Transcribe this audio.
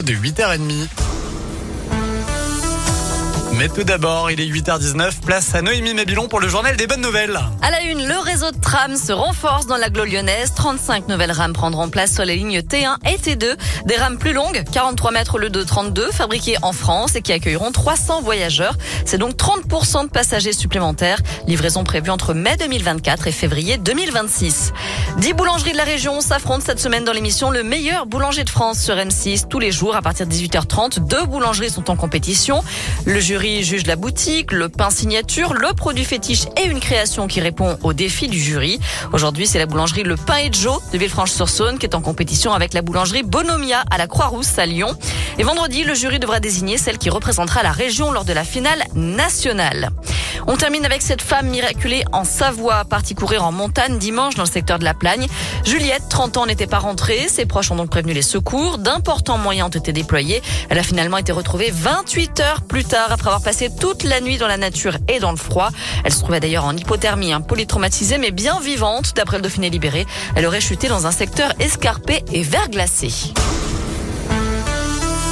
de 8h30. Mais tout d'abord, il est 8h19, place à Noémie Mabilon pour le journal des bonnes nouvelles. À la une, le réseau de trams se renforce dans l'agglo lyonnaise. 35 nouvelles rames prendront place sur les lignes T1 et T2. Des rames plus longues, 43 mètres au lieu de 32, fabriquées en France et qui accueilleront 300 voyageurs. C'est donc 30% de passagers supplémentaires. Livraison prévue entre mai 2024 et février 2026. 10 boulangeries de la région s'affrontent cette semaine dans l'émission Le meilleur boulanger de France sur M6. Tous les jours, à partir de 18h30, 2 boulangeries sont en compétition. Le jury juge la boutique, le pain signature, le produit fétiche et une création qui répond au défi du jury. Aujourd'hui, c'est la boulangerie Le Pain et Joe de Villefranche-sur-Saône qui est en compétition avec la boulangerie Bonomia à la Croix-Rousse à Lyon. Et vendredi, le jury devra désigner celle qui représentera la région lors de la finale nationale. On termine avec cette femme miraculée en Savoie, partie courir en montagne dimanche dans le secteur de la Plagne. Juliette, 30 ans, n'était pas rentrée. Ses proches ont donc prévenu les secours. D'importants moyens ont été déployés. Elle a finalement été retrouvée 28 heures plus tard après avoir passé toute la nuit dans la nature et dans le froid. Elle se trouvait d'ailleurs en hypothermie, polytraumatisée mais bien vivante. D'après le Dauphiné libéré, elle aurait chuté dans un secteur escarpé et verglacé.